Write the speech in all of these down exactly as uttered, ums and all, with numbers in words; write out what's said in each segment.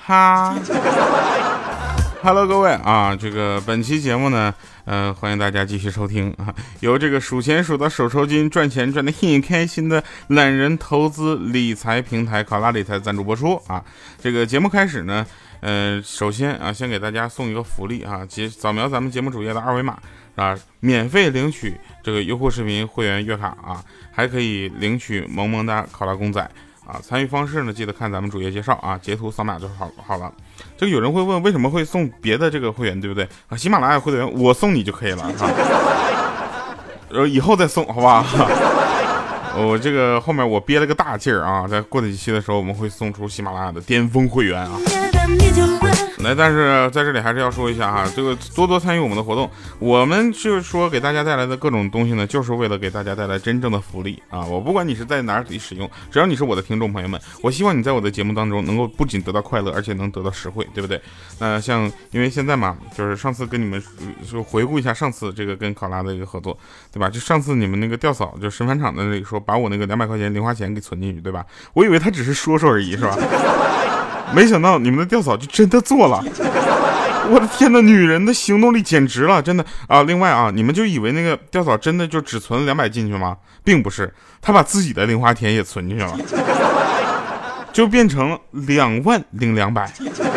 哈。Hello， 各位啊，这个本期节目呢，呃，欢迎大家继续收听啊，由这个数钱数到手抽筋、赚钱赚得很开心的懒人投资理财平台考拉理财赞助播出啊。这个节目开始呢，呃，首先啊，先给大家送一个福利啊，节扫描咱们节目主页的二维码啊，免费领取这个优酷视频会员月卡啊，还可以领取萌萌哒考拉公仔。啊，参与方式呢，记得看咱们主页介绍啊，截图扫码就好好了。这个有人会问，为什么会送别的这个会员，对不对啊？喜马拉雅会员我送你就可以了啊，然后以后再送，好吧？我这个后面我憋了个大劲儿啊，在过几期的时候，我们会送出喜马拉雅的巅峰会员啊。来，但是在这里还是要说一下哈，这个多多参与我们的活动。我们就是说给大家带来的各种东西呢，就是为了给大家带来真正的福利啊！我不管你是在哪里使用，只要你是我的听众朋友们，我希望你在我的节目当中能够不仅得到快乐，而且能得到实惠，对不对？那像因为现在嘛，就是上次跟你们说回顾一下上次这个跟考拉的一个合作，对吧？就上次你们那个吊嫂就神返场的那里说把我那个两百块钱零花钱给存进去，对吧？我以为他只是说说而已，是吧？没想到你们的吊嫂就真的做了，我的天呐，女人的行动力简直了，真的啊！另外啊，你们就以为那个吊嫂真的就只存了两百进去吗？并不是，她把自己的零花钱也存进去了，就变成两万零两百。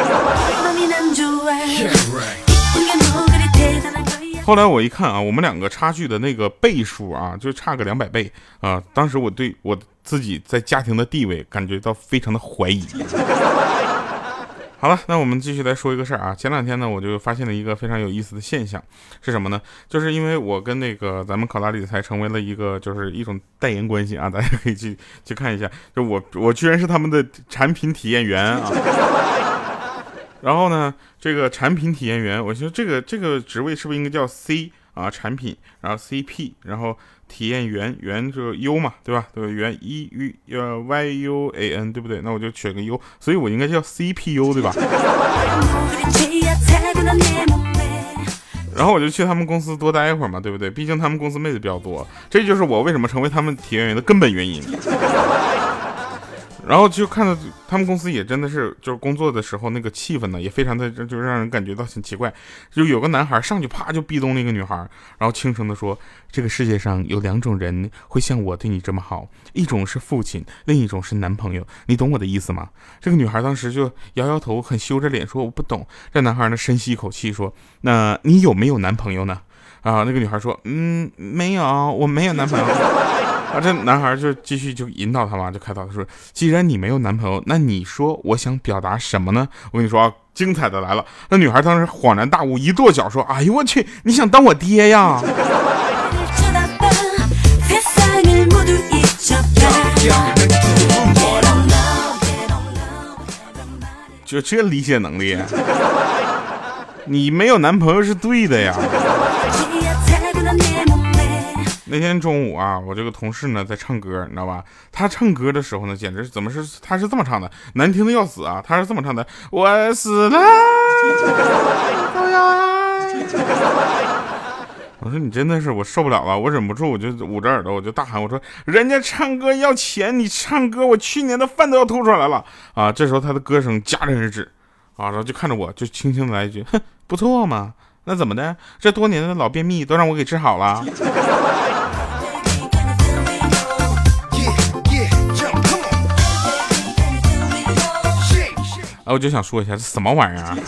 后来我一看啊，我们两个差距的那个倍数啊，就差个两百倍啊！当时我对我自己在家庭的地位感觉到非常的怀疑。好了，那我们继续来说一个事儿啊。前两天呢，我就发现了一个非常有意思的现象，是什么呢？就是因为我跟那个咱们考拉理财成为了一个就是一种代言关系啊，大家可以去去看一下。就我我居然是他们的产品体验员啊。然后呢，这个产品体验员，我觉得这个这个职位是不是应该叫 C 啊？产品，然后 C P， 然后体验员，员就 U 嘛，对吧？对，员 E U 呃 Y U A N， 对不对？那我就取个 U， 所以我应该叫 C P U， 对吧？然后我就去他们公司多待一会儿嘛，对不对？毕竟他们公司妹子比较多，这就是我为什么成为他们体验员的根本原因。然后就看到他们公司也真的是，就是工作的时候那个气氛呢，也非常的就让人感觉到很奇怪。就有个男孩上去啪就壁咚那个女孩，然后轻声的说：“这个世界上有两种人会像我对你这么好，一种是父亲，另一种是男朋友。你懂我的意思吗？”这个女孩当时就摇摇头，很羞着脸说：“我不懂。”这男孩呢深吸一口气说：“那你有没有男朋友呢？”啊，那个女孩说：“嗯，没有，我没有男朋友。”啊，这男孩就继续就引导他嘛，就开导他说：“既然你没有男朋友，那你说我想表达什么呢？”我跟你说啊，精彩的来了。那女孩当时恍然大悟，一跺脚说：“哎呦我去，你想当我爹呀？”就这理解能力，你没有男朋友是对的呀。那天中午啊，我这个同事呢在唱歌，你知道吧？他唱歌的时候呢，简直怎么是他是这么唱的，难听的要死啊！他是这么唱的：“我死了都要爱。”我说你真的是我受不了了，我忍不住我就捂着耳朵我就大喊，我说人家唱歌要钱，你唱歌我去年的饭都要吐出来了啊！这时候他的歌声戛然而止啊，然后就看着我就轻轻的来一句：“哼，不错嘛，那怎么的？这多年的老便秘都让我给治好了。”我就想说一下这什么玩意儿啊。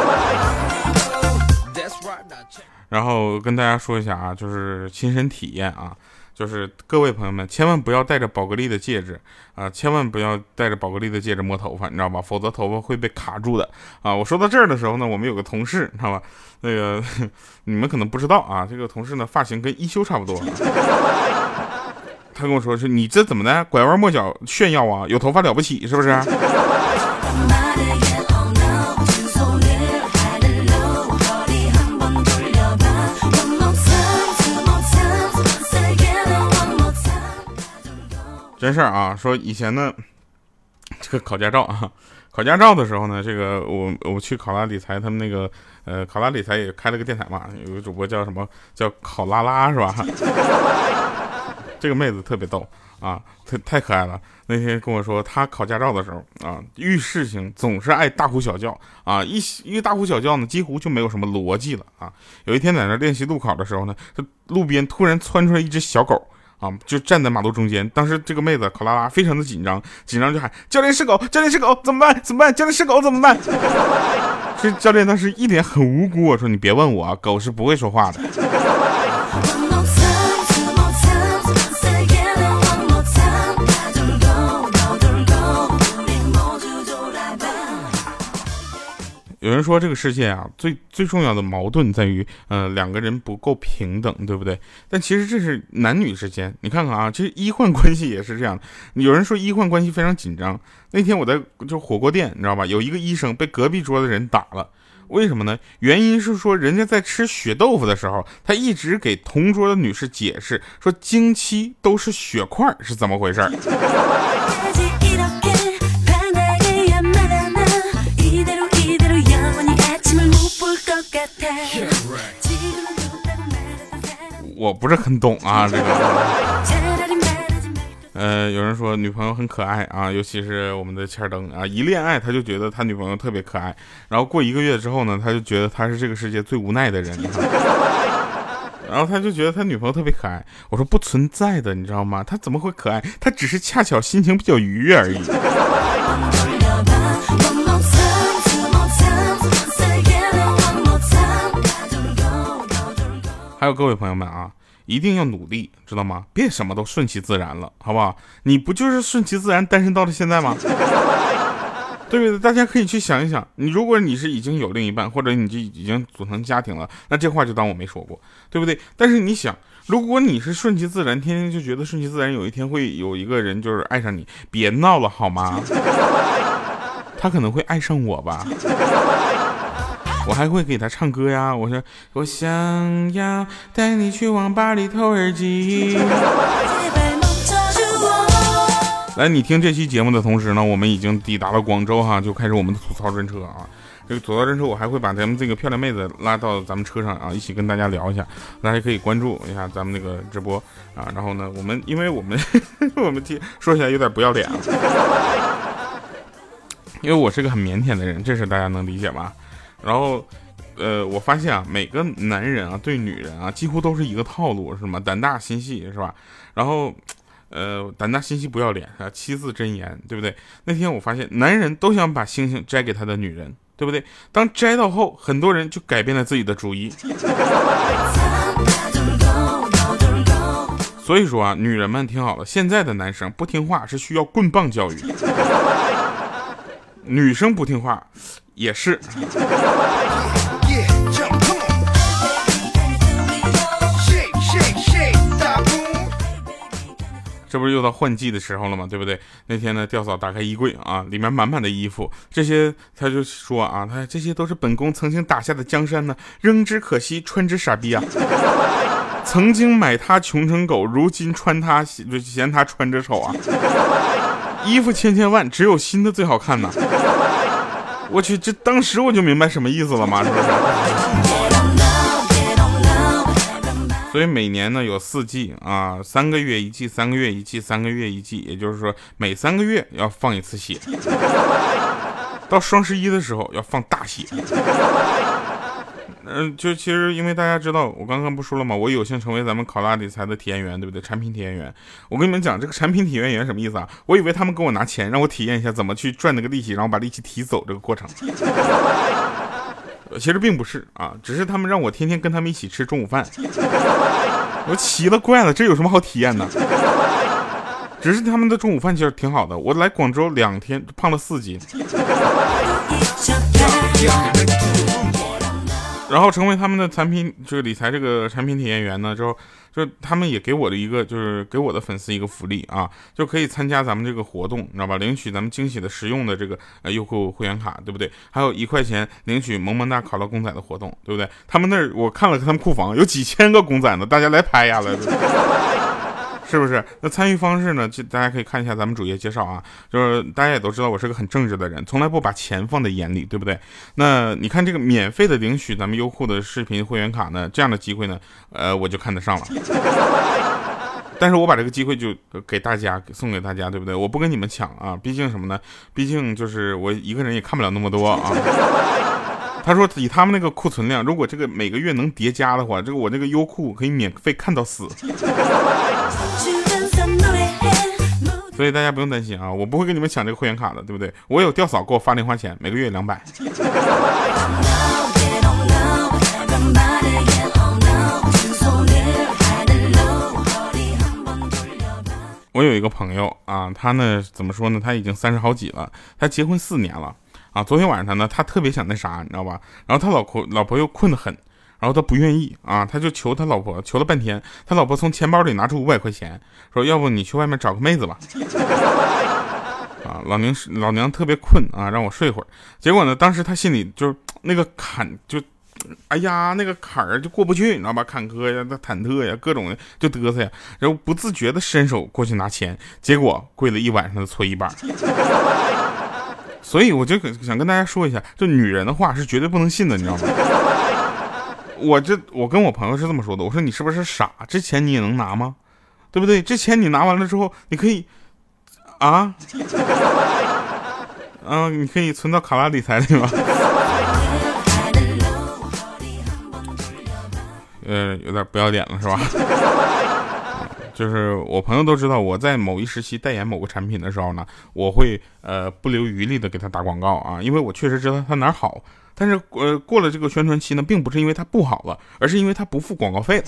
然后跟大家说一下啊，就是亲身体验啊，就是各位朋友们千万不要戴着宝格丽的戒指啊，千万不要戴着宝格丽的戒指摸头发，你知道吧？否则头发会被卡住的啊。我说到这儿的时候呢，我们有个同事，你知道吧？那个你们可能不知道啊，这个同事呢发型跟一休差不多。他跟我说是你这怎么的，拐弯抹角炫耀啊？有头发了不起是不是？真事儿啊，说以前呢，这个考驾照啊，考驾照的时候呢，这个我我去考拉理财，他们那个呃考拉理财也开了个电台嘛，有个主播叫什么叫考拉拉是吧？这个妹子特别逗啊，太太可爱了。那天跟我说，他考驾照的时候啊，遇事情总是爱大呼小叫啊，一一大呼小叫呢，几乎就没有什么逻辑了啊。有一天在那练习路考的时候呢，他路边突然窜出来一只小狗啊，就站在马路中间。当时这个妹子考拉拉非常的紧张，紧张就喊：“教练是狗，教练是狗，怎么办？怎么办？教练是狗怎么办？”这教练当时一脸很无辜，我说：“你别问我啊，狗是不会说话的。”有人说这个世界啊，最最重要的矛盾在于，呃，两个人不够平等，对不对？但其实这是男女之间，你看看啊，其实医患关系也是这样。有人说医患关系非常紧张。那天我在就火锅店，你知道吧？有一个医生被隔壁桌的人打了，为什么呢？原因是说人家在吃血豆腐的时候，他一直给同桌的女士解释说经期都是血块是怎么回事。我不是很懂啊，这个。呃，有人说女朋友很可爱啊，尤其是我们的千灯啊，一恋爱他就觉得他女朋友特别可爱，然后过一个月之后呢，他就觉得他是这个世界最无奈的人，然后他就觉得他女朋友特别可爱。我说不存在的，你知道吗？他怎么会可爱？他只是恰巧心情比较愉悦而已。还有各位朋友们啊，一定要努力，知道吗？别什么都顺其自然了，好不好？你不就是顺其自然单身到了现在吗？对不对？大家可以去想一想，你如果你是已经有另一半，或者你就已经组成家庭了，那这话就当我没说过，对不对？但是你想，如果你是顺其自然，天天就觉得顺其自然，有一天会有一个人就是爱上你，别闹了好吗？他可能会爱上我吧。我还会给他唱歌呀，我说我想要带你去网吧里偷耳机。来，你听这期节目的同时呢，我们已经抵达了广州哈，就开始我们的吐槽专车啊。这个吐槽专车我还会把咱们这个漂亮妹子拉到咱们车上啊，一起跟大家聊一下，大家可以关注一下咱们那个直播啊。然后呢，我们因为我们我们听说起来有点不要脸啊，因为我是个很腼腆的人，这是大家能理解吧？然后，呃，我发现啊，每个男人啊对女人啊几乎都是一个套路，是吗？胆大心细，是吧？然后，呃，胆大心细不要脸啊，七字真言，对不对？那天我发现，男人都想把星星摘给他的女人，对不对？当摘到后，很多人就改变了自己的主意。所以说啊，女人们听好了，现在的男生不听话是需要棍棒教育，女生不听话也是。这不是又到换季的时候了吗？对不对？那天呢，吊嫂打开衣柜啊，里面满满的衣服，这些他就说啊，他这些都是本宫曾经打下的江山呢，扔之可惜，穿之傻逼啊。曾经买它穷成狗，如今穿它嫌它穿着丑啊。衣服千千万，只有新的最好看呐。我去，这当时我就明白什么意思了吗？是不是？所以每年呢有四季啊，三个月一季，三个月一季，三个月一季，也就是说每三个月要放一次血。到双十一的时候要放大血。嗯、呃，就其实因为大家知道，我刚刚不说了吗？我有幸成为咱们考拉理财的体验员，对不对？产品体验员。我跟你们讲，这个产品体验员什么意思啊？我以为他们跟我拿钱，让我体验一下怎么去赚那个利息，然后把利息提走这个过程。其实并不是啊，只是他们让我天天跟他们一起吃中午饭。我奇了怪了，这有什么好体验的？只是他们的中午饭其实挺好的。我来广州两天，胖了四斤。然后成为他们的产品这个理财这个产品体验员呢之后，就他们也给我的一个就是给我的粉丝一个福利啊，就可以参加咱们这个活动，你知道吧？领取咱们惊喜的实用的这个呃优酷会员卡，对不对？还有一块钱领取萌萌哒考拉公仔的活动，对不对？他们那儿我看了他们库房有几千个公仔呢，大家来拍呀来。是不是？那参与方式呢？就大家可以看一下咱们主页介绍啊。就是大家也都知道，我是个很正直的人，从来不把钱放在眼里，对不对？那你看这个免费的领取咱们优酷的视频会员卡呢，这样的机会呢，呃，我就看得上了。 但是我把这个机会就给大家送给大家，对不对？我不跟你们抢啊，毕竟什么呢？毕竟就是我一个人也看不了那么多啊。他说以他们那个库存量，如果这个每个月能叠加的话，这个我这个优酷可以免费看到死。所以大家不用担心啊，我不会跟你们抢这个会员卡的，对不对？我有吊嫂给我发零花钱，每个月两百。我有一个朋友啊，他呢怎么说呢？他已经三十好几了，他结婚四年了啊。昨天晚上他呢，他特别想那啥，你知道吧？然后他老婆老婆又困得很，然后他不愿意啊，他就求他老婆，求了半天。他老婆从钱包里拿出五百块钱，说要不你去外面找个妹子吧。啊，老娘老娘特别困啊，让我睡会儿。结果呢，当时他心里就那个坎就。哎呀，那个坎儿就过不去，你知道吧？坎坷呀，那忐忑呀，各种就嘚瑟呀，然后不自觉的伸手过去拿钱，结果跪了一晚上的搓衣板。所以我就想跟大家说一下，就女人的话是绝对不能信的，你知道吗？我这我跟我朋友是这么说的，我说你是不是傻？这钱你也能拿吗？对不对？这钱你拿完了之后，你可以啊啊，你可以存到卡拉理财里吗？呃，有点不要脸了是吧？就是我朋友都知道，我在某一时期代言某个产品的时候呢，我会呃不留余力的给他打广告啊，因为我确实知道他哪儿好。但是呃过了这个宣传期呢，并不是因为他不好了，而是因为他不付广告费了，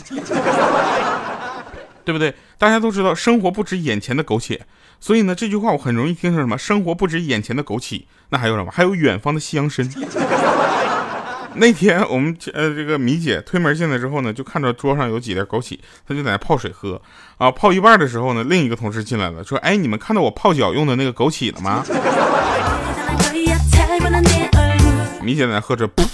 对不对？大家都知道生活不止眼前的苟且，所以呢这句话我很容易听成什么？生活不止眼前的枸杞，那还有什么？还有远方的夕阳深。那天我们呃这个米姐推门进来之后呢，就看到桌上有几粒枸杞，她就在那泡水喝啊。泡一半的时候呢，另一个同事进来了，说：“哎，你们看到我泡脚用的那个枸杞了吗？”米姐在那喝着，噗。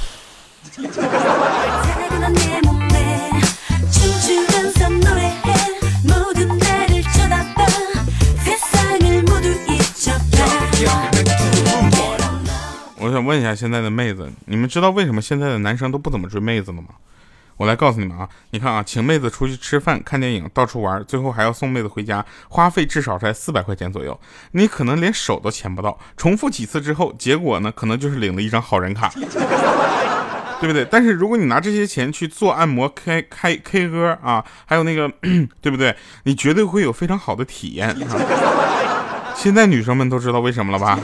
我想问一下现在的妹子，你们知道为什么现在的男生都不怎么追妹子了吗？我来告诉你们啊，你看啊，请妹子出去吃饭、看电影、到处玩，最后还要送妹子回家，花费至少才四百块钱左右，你可能连手都牵不到。重复几次之后，结果呢，可能就是领了一张好人卡，对不对？但是如果你拿这些钱去做按摩、开开 K 歌啊，还有那个，对不对？你绝对会有非常好的体验啊。现在女生们都知道为什么了吧？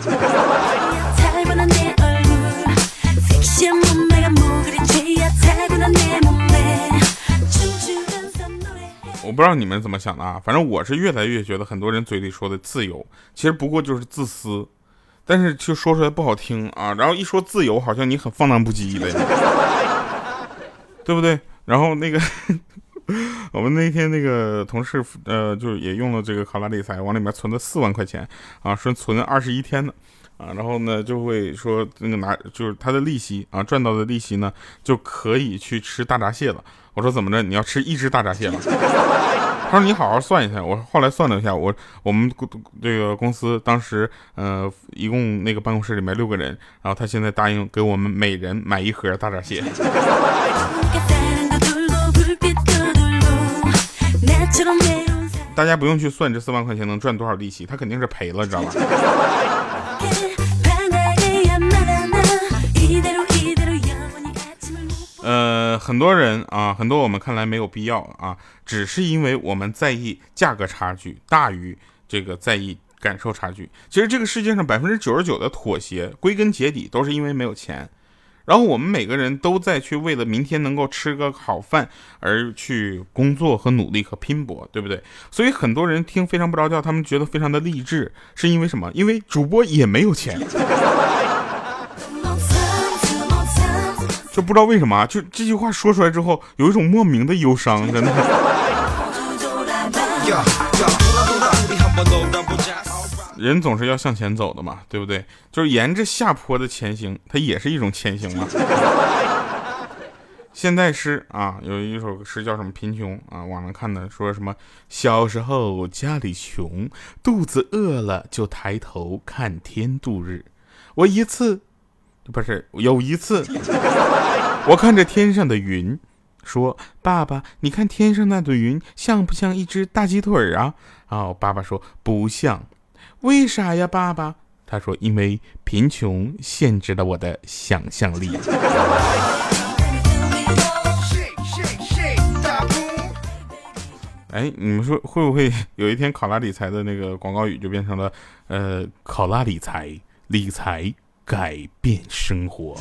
我不知道你们怎么想的啊，反正我是越来越觉得很多人嘴里说的自由，其实不过就是自私，但是就说出来不好听啊。然后一说自由，好像你很放荡不羁的，对不对？然后那个我们那天那个同事呃，就也用了这个卡拉理财，往里面存了四万块钱啊，说存了二十一天呢。啊，然后呢就会说那个拿就是他的利息啊，赚到的利息呢就可以去吃大闸蟹了。我说怎么着？你要吃一只大闸蟹吗？他说你好好算一下。我后来算了一下，我我们这个公司当时呃一共那个办公室里面六个人，然后他现在答应给我们每人买一盒大闸蟹。大家不用去算这四万块钱能赚多少利息，他肯定是赔了，知道吧？呃，很多人啊，很多我们看来没有必要啊，只是因为我们在意价格差距大于这个在意感受差距。其实这个世界上百分之九十九的妥协，归根结底都是因为没有钱。然后我们每个人都在去为了明天能够吃个好饭而去工作和努力和拼搏，对不对？所以很多人听非常不着调，他们觉得非常的励志，是因为什么？因为主播也没有钱。就不知道为什么，就这句话说出来之后，有一种莫名的忧伤，真的。人总是要向前走的嘛，对不对？就是沿着下坡的前行，它也是一种前行嘛。现代诗啊，有一首诗叫什么贫穷啊，网上看的说什么小时候家里穷，肚子饿了就抬头看天度日。我一次不是有一次，我看着天上的云， 说：“爸爸，你看天上那朵云像不像一只大鸡腿啊？”哦，爸爸说：“不像。”为啥呀，爸爸？他说：“因为贫穷限制了我的想象力。”哎，你们说会不会有一天考拉理财的那个广告语就变成了呃，考拉理财，理财改变生活。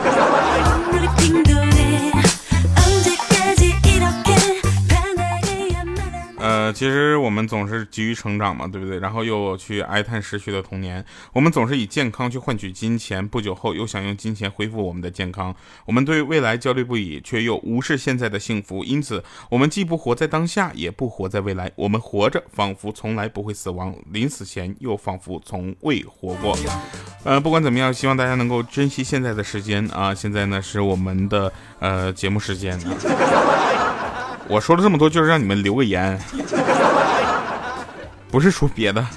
呃，其实我们总是急于成长嘛，对不对？然后又去哀叹逝去的童年。我们总是以健康去换取金钱，不久后又想用金钱恢复我们的健康。我们对未来焦虑不已，却又无视现在的幸福。因此，我们既不活在当下，也不活在未来。我们活着，仿佛从来不会死亡；临死前，又仿佛从未活过。呃，不管怎么样，希望大家能够珍惜现在的时间啊！现在呢，是我们的呃节目时间。我说了这么多，就是让你们留个言，不是说别的。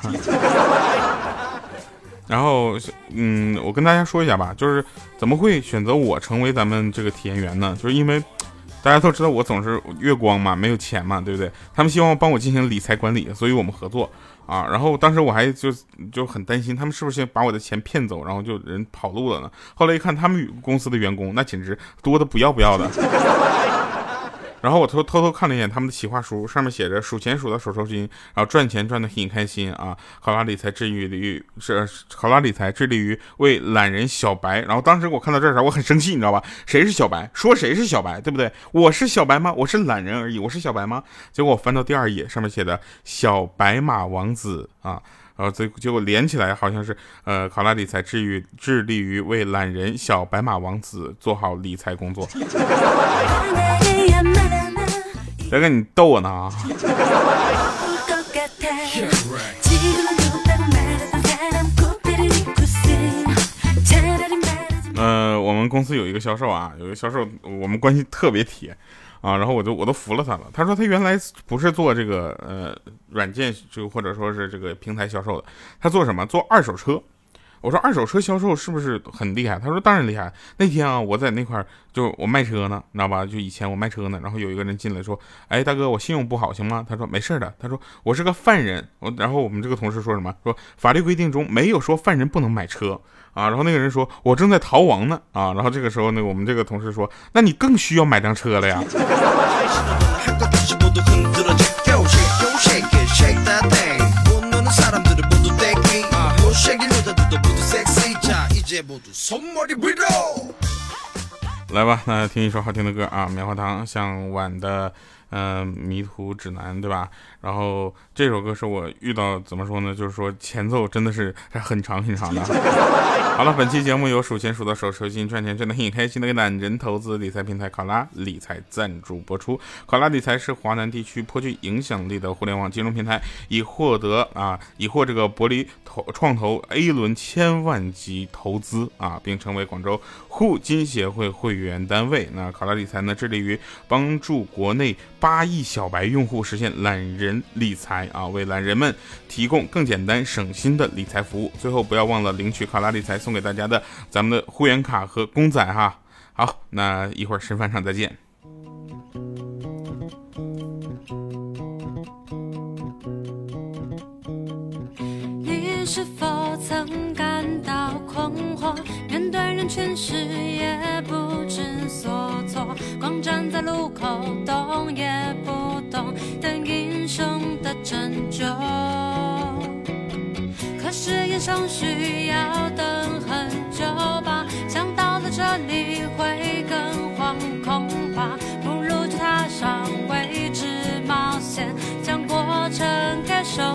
然后，嗯，我跟大家说一下吧，就是怎么会选择我成为咱们这个体验员呢？就是因为大家都知道我总是月光嘛，没有钱嘛，对不对？他们希望帮我进行理财管理，所以我们合作啊。然后当时我还就就很担心，他们是不是把我的钱骗走，然后就人跑路了呢？后来一看，他们公司的员工那简直多的不要不要的。然后我偷偷偷看了一眼他们的企划书，上面写着数钱数到手抽筋，然后赚钱赚得很开心啊！考拉理财致力于是考拉理财致力于为懒人小白。然后当时我看到这儿时候我很生气，你知道吧？谁是小白？说谁是小白，对不对？我是小白吗？我是懒人而已，我是小白吗？结果我翻到第二页，上面写的小白马王子啊。然后结结果连起来好像是呃，考拉理财致于致力于为懒人小白马王子做好理财工作。别跟你逗我呢啊！呃，我们公司有一个销售啊，有一个销售，我们关系特别铁啊，然后我就我都服了他了。他说他原来不是做这个呃软件，就或者说是这个平台销售的，他做什么？做二手车。我说二手车销售是不是很厉害？他说当然厉害。那天啊，我在那块就我卖车呢，你知道吧？就以前我卖车呢，然后有一个人进来说：“哎，大哥，我信用不好，行吗？”他说：“没事的。”他说：“我是个犯人。”我然后我们这个同事说什么？说法律规定中没有说犯人不能买车啊。然后那个人说：“我正在逃亡呢。”啊，然后这个时候呢，我们这个同事说：“那你更需要买辆车了呀。”来吧，那听一首好听的歌啊，棉花糖向晚的呃迷途指南，对吧？然后这首歌是我遇到怎么说呢，就是说前奏真的是很长很长的。好了，本期节目由数钱数到手抽筋赚钱赚得很开心的个懒人投资理财平台考拉理财赞助播出。考拉理财是华南地区颇具影响力的互联网金融平台，已获得啊已获这个伯利投创投 A 轮千万级投资啊，并成为广州沪金协会会员单位。那考拉理财呢，致力于帮助国内八亿小白用户实现懒人理财啊，为懒人们提供更简单省心的理财服务。最后不要忘了领取考拉理财送给大家的咱们的会员卡和公仔哈。好，那一会儿吃饭上再见。 你是否曾感到困惑，面对人群时也不知所措，光站在路口动也不动，等英雄的拯救。可是眼上需要等很久吧，想到了这里会更惶恐吧，不如就踏上未知冒险，将过程给收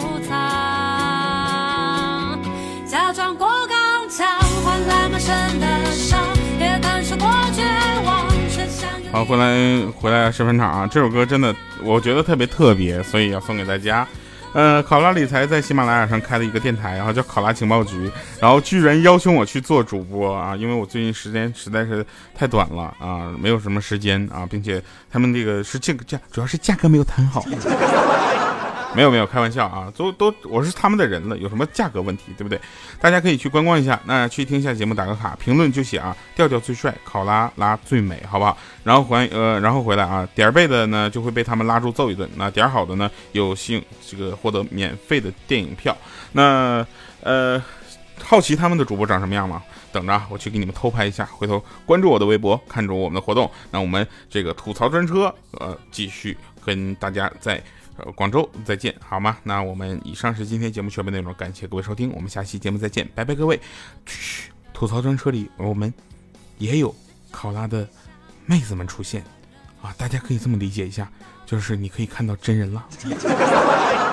藏，假装过刚强，换来满身的伤，也感受过绝望，却想有。 好，回来回来十分场啊，这首歌真的我觉得特别特别，所以要送给大家。呃，考拉理财在喜马拉雅上开了一个电台，然后叫考拉情报局，然后居然邀请我去做主播啊，因为我最近时间实在是太短了啊，没有什么时间啊，并且他们这个是这个价，主要是价格没有谈好。 没有没有，开玩笑啊，都都我是他们的人了，有什么价格问题，对不对？大家可以去观光一下，那去听一下节目，打个卡，评论就写啊，调调最帅，考拉拉最美，好不好？然后回呃，然后回来啊，点儿背的呢就会被他们拉住揍一顿，那点儿好的呢有幸这个获得免费的电影票。那呃，好奇他们的主播长什么样吗？等着我去给你们偷拍一下，回头关注我的微博，看着我们的活动。那我们这个吐槽专车，呃，继续跟大家在呃广州再见，好吗？那我们以上是今天节目全部内容，感谢各位收听，我们下期节目再见，拜拜各位。嘘，吐槽专车里我们也有考拉的妹子们出现啊，大家可以这么理解一下，就是你可以看到真人了。